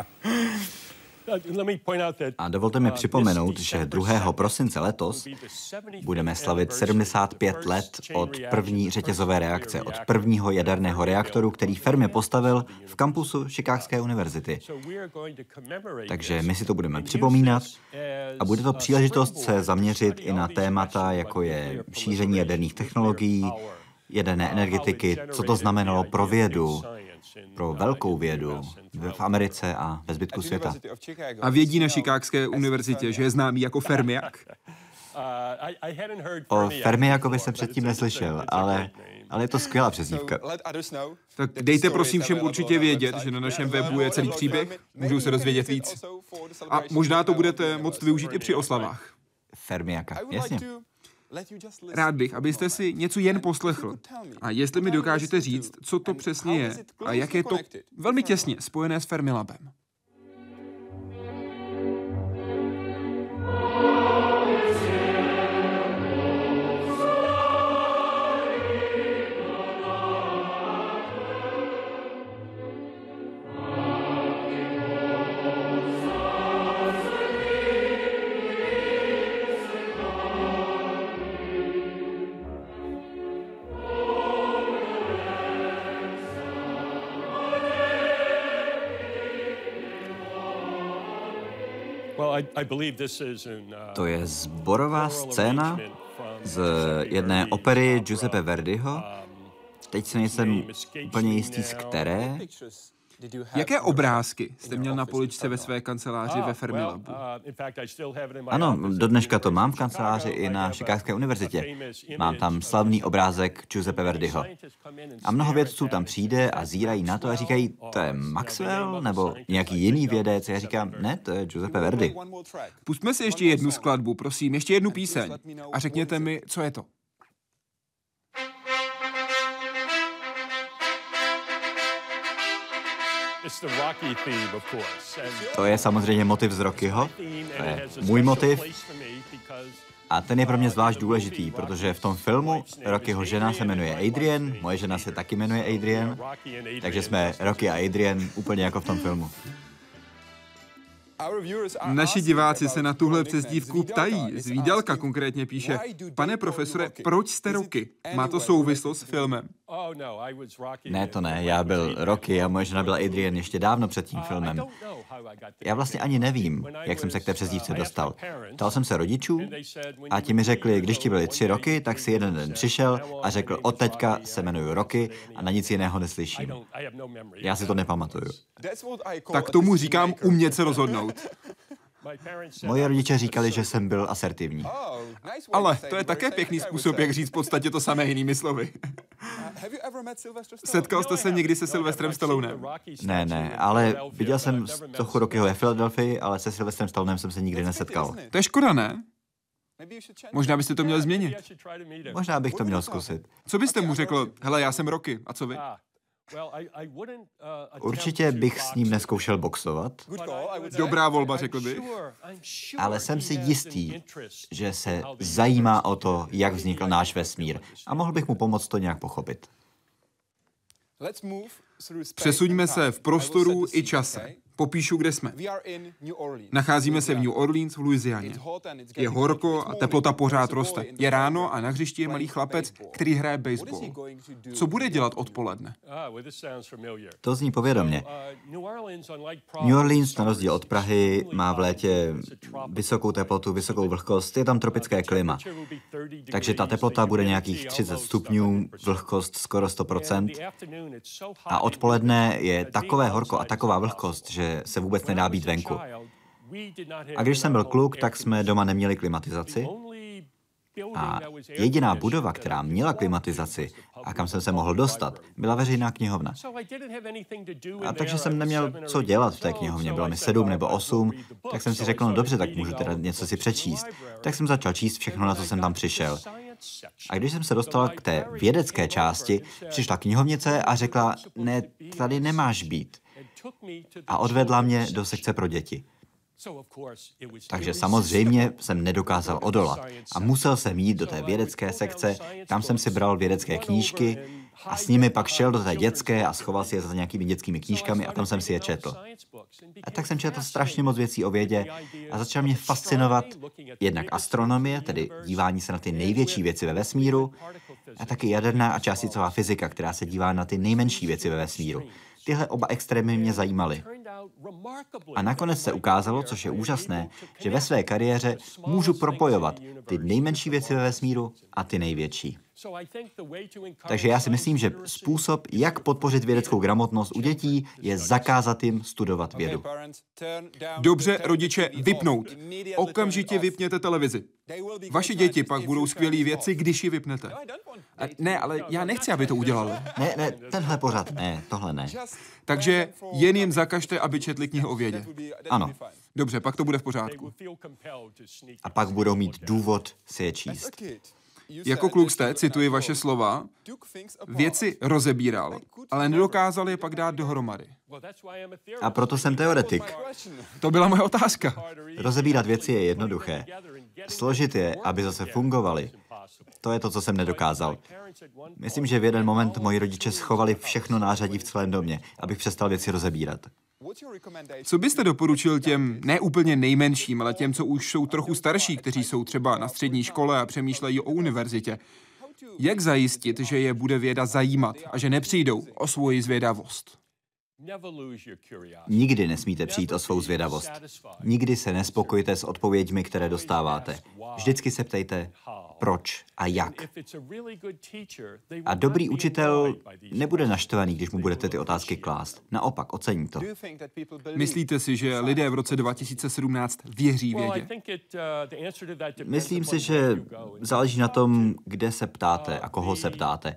A dovolte mi připomenout, že 2. prosince letos budeme slavit 75 let od první řetězové reakce, od prvního jaderného reaktoru, který Fermi postavil v kampusu Chicagské univerzity. Takže my si to budeme připomínat a bude to příležitost se zaměřit i na témata, jako je šíření jaderných technologií, jaderné energetiky, co to znamenalo pro vědu, pro velkou vědu v Americe a ve zbytku světa. A vědí na Chicagské univerzitě, že je známý jako Fermiak? O Fermiakovi jsem předtím neslyšel, ale je to skvělá přezdívka. Tak dejte prosím všem určitě vědět, že na našem webu je celý příběh, můžou se dozvědět víc. A možná to budete moct využít i při oslavách. Fermiaka, jasně. Rád bych, abyste si něco jen poslechl. A jestli mi dokážete říct, co to přesně je a jak je to velmi těsně spojené s Fermilabem. To je sborová scéna z jedné opery Giuseppe Verdiho. Teď se nejsem úplně jistý, z které. Jaké obrázky jste měl na poličce ve své kanceláři ve Fermilabu? Ano, do dneška to mám v kanceláři i na Chicagské univerzitě. Mám tam slavný obrázek Giuseppe Verdiho. A mnoho vědců tam přijde a zírají na to a říkají, to je Maxwell nebo nějaký jiný vědec. Já říkám, ne, to je Giuseppe Verdi. Pustme si ještě jednu skladbu, prosím, ještě jednu píseň a řekněte mi, co je to. To je samozřejmě motiv z Rockyho, to je můj motiv a ten je pro mě zvlášť důležitý, protože v tom filmu Rockyho žena se jmenuje Adrian, moje žena se taky jmenuje Adrian, takže jsme Rocky a Adrian úplně jako v tom filmu. Naši diváci se na tuhle přezdívku ptají. Zvídalka konkrétně píše, pane profesore, proč jste Rocky? Má to souvislost s filmem? Ne, to ne, já byl Rocky a moje žena byla Adrian ještě dávno před tím filmem. Já vlastně ani nevím, jak jsem se k té přezdívce dostal. Ptal jsem se rodičů a ti mi řekli, když ti byly 3 roky, tak si jeden den přišel a řekl, od teďka se jmenuju Rocky a na nic jiného neslyším. Já si to nepamatuju. Tak tomu říkám umět se rozhodnout. Moji rodiče říkali, že jsem byl asertivní. Ale to je také pěkný způsob, jak říct v podstatě to samé jinými slovy. Setkal jste se někdy se Sylvestrem Stallonem? Ne, ale viděl jsem trochu Rockyho ve Philadelphii, ale se Sylvestrem Stallonem jsem se nikdy nesetkal. To je škoda, ne? Možná byste to měl změnit. Možná bych to měl zkusit. Co byste mu řekl, hele, já jsem Rocky, a co vy? Určitě bych s ním neskoušel boxovat. Dobrá volba, řekl bych. Ale jsem si jistý, že se zajímá o to, jak vznikl náš vesmír. A mohl bych mu pomoct to nějak pochopit. Přesuňme se v prostoru i čase. Popíšu, kde jsme. Nacházíme se v New Orleans v Louisianě. Je horko a teplota pořád roste. Je ráno a na hřišti je malý chlapec, který hraje baseball. Co bude dělat odpoledne? To zní povědomě. New Orleans, na rozdíl od Prahy, má v létě vysokou teplotu, vysokou vlhkost, je tam tropické klima. Takže ta teplota bude nějakých 30 stupňů, vlhkost skoro 100%. A odpoledne je takové horko a taková vlhkost, že se vůbec nedá být venku. A když jsem byl kluk, tak jsme doma neměli klimatizaci. A jediná budova, která měla klimatizaci a kam jsem se mohl dostat, byla veřejná knihovna. A takže jsem neměl co dělat v té knihovně. Bylo mi 7 nebo 8, tak jsem si řekl, no dobře, tak můžu teda něco si přečíst. Tak jsem začal číst všechno, na co jsem tam přišel. A když jsem se dostal k té vědecké části, přišla knihovnice a řekla, ne, tady nemáš být. A odvedla mě do sekce pro děti. Takže samozřejmě jsem nedokázal odolat a musel jsem jít do té vědecké sekce, tam jsem si bral vědecké knížky a s nimi pak šel do té dětské a schoval si je za nějakými dětskými knížkami a tam jsem si je četl. A tak jsem četl strašně moc věcí o vědě a začal mě fascinovat jednak astronomie, tedy dívání se na ty největší věci ve vesmíru, a taky jaderná a částicová fyzika, která se dívá na ty nejmenší věci ve vesmíru. Tyhle oba extrémy mě zajímaly. A nakonec se ukázalo, což je úžasné, že ve své kariéře můžu propojovat ty nejmenší věci ve vesmíru a ty největší. Takže já si myslím, že způsob, jak podpořit vědeckou gramotnost u dětí, je zakázat jim studovat vědu. Dobře, rodiče, vypnout. Okamžitě vypněte televizi. Vaše děti pak budou skvělí věci, když ji vypnete. Ne, ale já nechci, aby to udělali. Ne, tenhle pořad, ne, tohle ne. Takže jen jim zakažte, aby četli knihy o vědě. Ano. Dobře, pak to bude v pořádku. A pak budou mít důvod si je číst. Jako kluk jste, cituji vaše slova, věci rozebíral, ale nedokázal je pak dát dohromady. A proto jsem teoretik. To byla moje otázka. Rozebírat věci je jednoduché. Složit je, aby zase fungovaly. To je to, co jsem nedokázal. Myslím, že v jeden moment moji rodiče schovali všechno nářadí v celém domě, abych přestal věci rozebírat. Co byste doporučil těm ne úplně nejmenším, ale těm, co už jsou trochu starší, kteří jsou třeba na střední škole a přemýšlejí o univerzitě? Jak zajistit, že je bude věda zajímat a že nepřijdou o svoji zvědavost? Nikdy nesmíte přijít o svou zvědavost. Nikdy se nespokojte s odpověďmi, které dostáváte. Vždycky se ptejte, proč a jak. A dobrý učitel nebude naštvaný, když mu budete ty otázky klást. Naopak, ocení to. Myslíte si, že lidé v roce 2017 věří vědě? Myslím si, že záleží na tom, kde se ptáte a koho se ptáte.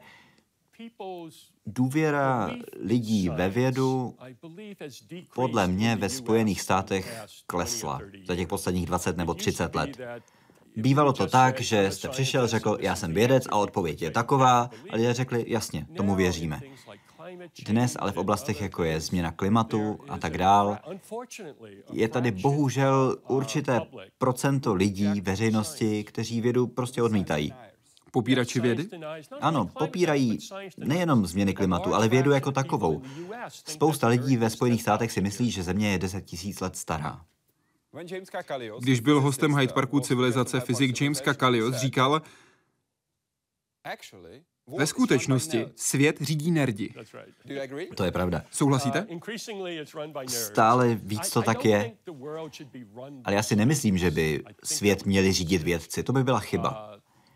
Důvěra lidí ve vědu podle mě ve Spojených státech klesla za těch posledních 20 nebo 30 let. Bývalo to tak, že jste přišel, řekl, já jsem vědec a odpověď je taková, a lidé řekli, jasně, tomu věříme. Dnes ale v oblastech, jako je změna klimatu a tak dál, je tady bohužel určité procento lidí, veřejnosti, kteří vědu prostě odmítají. Popírači vědy? Ano, popírají nejenom změny klimatu, ale vědu jako takovou. Spousta lidí ve Spojených státech si myslí, že Země je 10 000 let stará. Když byl hostem Hyde Parku civilizace fyzik James Kakalios, říkal, ve skutečnosti svět řídí nerdi. To je pravda. Souhlasíte? Stále víc to tak je. Ale já si nemyslím, že by svět měli řídit vědci. To by byla chyba.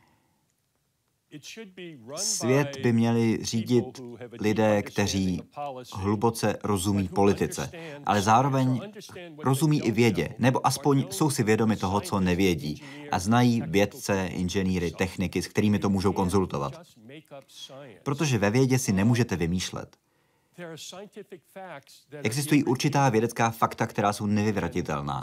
Svět by měli řídit lidé, kteří hluboce rozumí politice, ale zároveň rozumí i vědě, nebo aspoň jsou si vědomi toho, co nevědí a znají vědce, inženýry, techniky, s kterými to můžou konzultovat. Protože ve vědě si nemůžete vymýšlet. Existují určitá vědecká fakta, která jsou nevyvratitelná.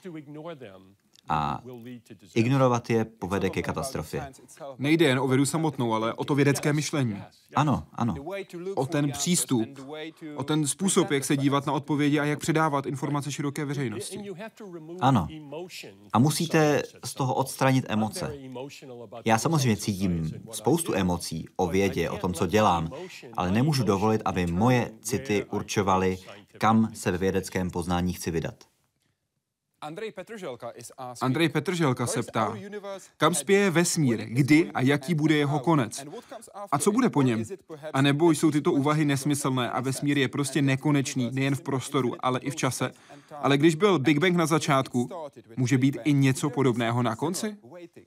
A ignorovat je povede ke katastrofě. Nejde jen o vědu samotnou, ale o to vědecké myšlení. Ano, ano. O ten přístup, o ten způsob, jak se dívat na odpovědi a jak předávat informace široké veřejnosti. Ano. A musíte z toho odstranit emoce. Já samozřejmě cítím spoustu emocí o vědě, o tom, co dělám, ale nemůžu dovolit, aby moje city určovaly, kam se ve vědeckém poznání chci vydat. Andrej Petrželka se ptá, kam spěje vesmír, kdy a jaký bude jeho konec? A co bude po něm? A nebo jsou tyto úvahy nesmyslné a vesmír je prostě nekonečný nejen v prostoru, ale i v čase? Ale když byl Big Bang na začátku, může být i něco podobného na konci?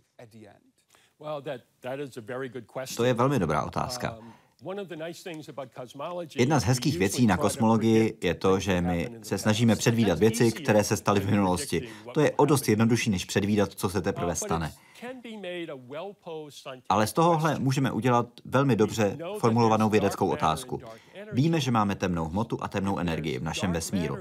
To je velmi dobrá otázka. Jedna z hezkých věcí na kosmologii je to, že my se snažíme předvídat věci, které se staly v minulosti. To je o dost jednodušší, než předvídat, co se teprve stane. Ale z tohohle můžeme udělat velmi dobře formulovanou vědeckou otázku. Víme, že máme temnou hmotu a temnou energii v našem vesmíru.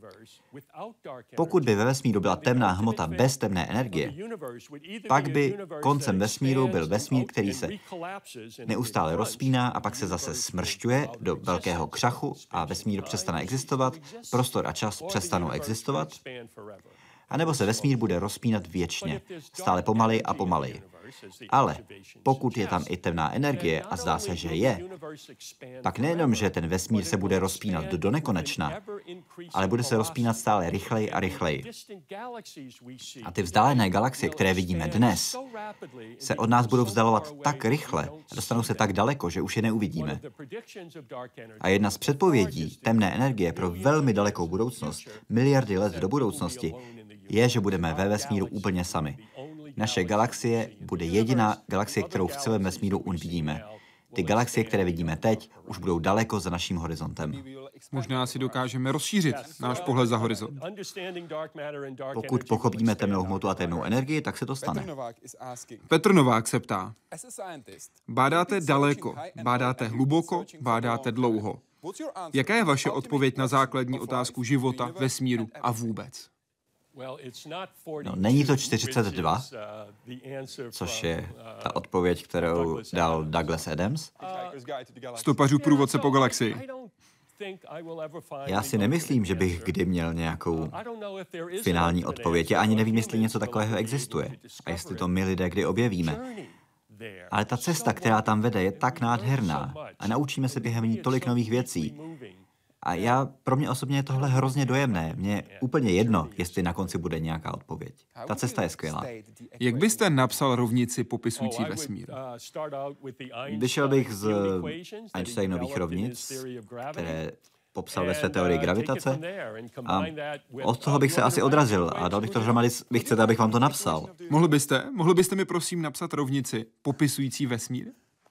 Pokud by ve vesmíru byla temná hmota bez temné energie, pak by koncem vesmíru byl vesmír, který se neustále rozpíná a pak se zase smršťuje do velkého křachu a vesmír přestane existovat, prostor a čas přestanou existovat, anebo se vesmír bude rozpínat věčně, stále pomaleji a pomaleji. Ale pokud je tam i temná energie, a zdá se, že je, pak nejenom, že ten vesmír se bude rozpínat do nekonečna, ale bude se rozpínat stále rychleji a rychleji. A ty vzdálené galaxie, které vidíme dnes, se od nás budou vzdalovat tak rychle a dostanou se tak daleko, že už je neuvidíme. A jedna z předpovědí temné energie pro velmi dalekou budoucnost, miliardy let do budoucnosti, je, že budeme ve vesmíru úplně sami. Naše galaxie bude jediná galaxie, kterou v celém vesmíru uvidíme. Ty galaxie, které vidíme teď, už budou daleko za naším horizontem. Možná si dokážeme rozšířit náš pohled za horizont. Pokud pochopíme temnou hmotu a temnou energii, tak se to stane. Petr Novák se ptá. Bádáte daleko, bádáte hluboko, bádáte dlouho. Jaká je vaše odpověď na základní otázku života, vesmíru a vůbec? No, není to 42, což je ta odpověď, kterou dal Douglas Adams? Stopařův průvodce po galaxii. Já si nemyslím, že bych kdy měl nějakou finální odpověď. Já ani nevím, jestli něco takového existuje a jestli to my lidé kdy objevíme. Ale ta cesta, která tam vede, je tak nádherná a naučíme se během ní tolik nových věcí. A pro mě osobně je tohle hrozně dojemné. Mně je úplně jedno, jestli na konci bude nějaká odpověď. Ta cesta je skvělá. Jak byste napsal rovnici popisující vesmír? Vyšel bych z Einsteinových rovnic, které popsal ve své teorii gravitace, a od toho bych se asi odrazil a dal bych to dohromady. Vy chcete, abych vám to napsal? Mohl byste mi prosím napsat rovnici popisující vesmír?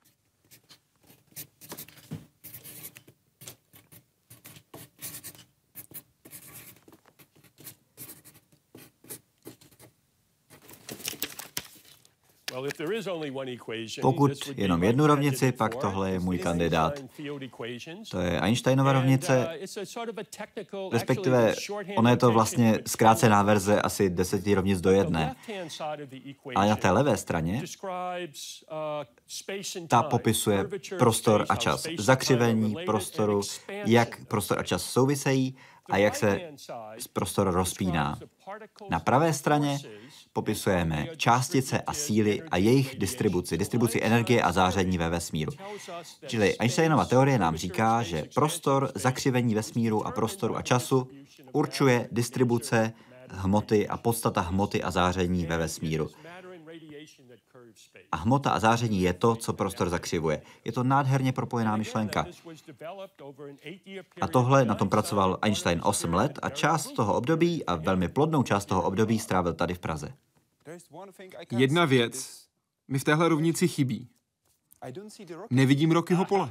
Pokud jenom jednu rovnici, pak tohle je můj kandidát. To je Einsteinova rovnice, respektive ono je to vlastně zkrácená verze asi 10 rovnic do jedné. Ale na té levé straně ta popisuje prostor a čas. Zakřivení prostoru, jak prostor a čas souvisejí a jak se prostor rozpíná. Na pravé straně popisujeme částice a síly a jejich distribuci energie a záření ve vesmíru. Čili Einsteinova teorie nám říká, že prostor, zakřivení vesmíru a prostoru a času určuje distribuce hmoty a podstata hmoty a záření ve vesmíru. A hmota a záření je to, co prostor zakřivuje. Je to nádherně propojená myšlenka. A tohle na tom pracoval Einstein 8 let a část toho období a velmi plodnou část toho období strávil tady v Praze. Jedna věc mi v téhle rovnici chybí. Nevidím Rockyho pole.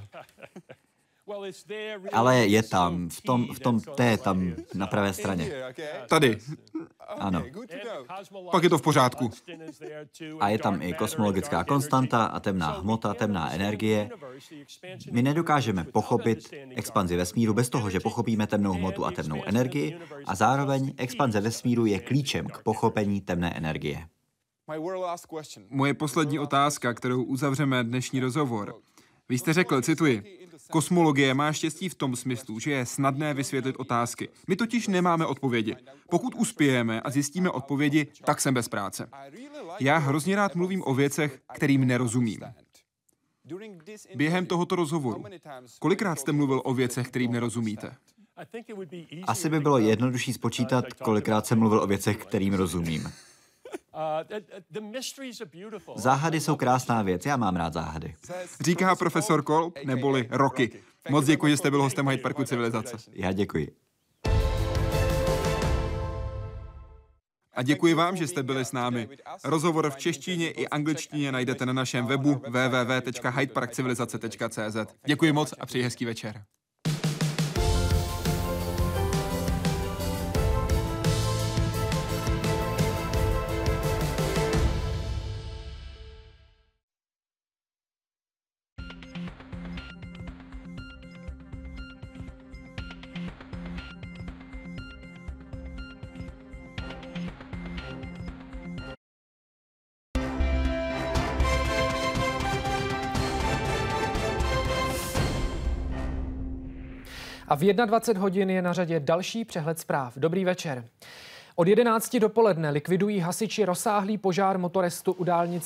Ale je tam, v tom T, tam na pravé straně. Tady. Ano. Pak je to v pořádku. A je tam i kosmologická konstanta a temná hmota, temná energie. My nedokážeme pochopit expanzi vesmíru bez toho, že pochopíme temnou hmotu a temnou energii, a zároveň expanze vesmíru je klíčem k pochopení temné energie. Moje poslední otázka, kterou uzavřeme dnešní rozhovor. Vy jste řekl, cituji, kosmologie má štěstí v tom smyslu, že je snadné vysvětlit otázky. My totiž nemáme odpovědi. Pokud uspějeme a zjistíme odpovědi, tak jsem bez práce. Já hrozně rád mluvím o věcech, kterým nerozumím. Během tohoto rozhovoru, kolikrát jste mluvil o věcech, kterým nerozumíte? Asi by bylo jednodušší spočítat, kolikrát jsem mluvil o věcech, kterým rozumím. Záhady jsou krásná věc, já mám rád záhady. Říká profesor Kolb, neboli Rocky. Moc děkuji, že jste byl hostem Hyde Parku Civilizace. Já děkuji. A děkuji vám, že jste byli s námi. Rozhovor v češtině i angličtině najdete na našem webu www.hydeparkcivilizace.cz. Děkuji moc a přeji hezký večer. A v 21 hodin je na řadě další přehled zpráv. Dobrý večer. Od 11 dopoledne likvidují hasiči rozsáhlý požár motorestu u dálnice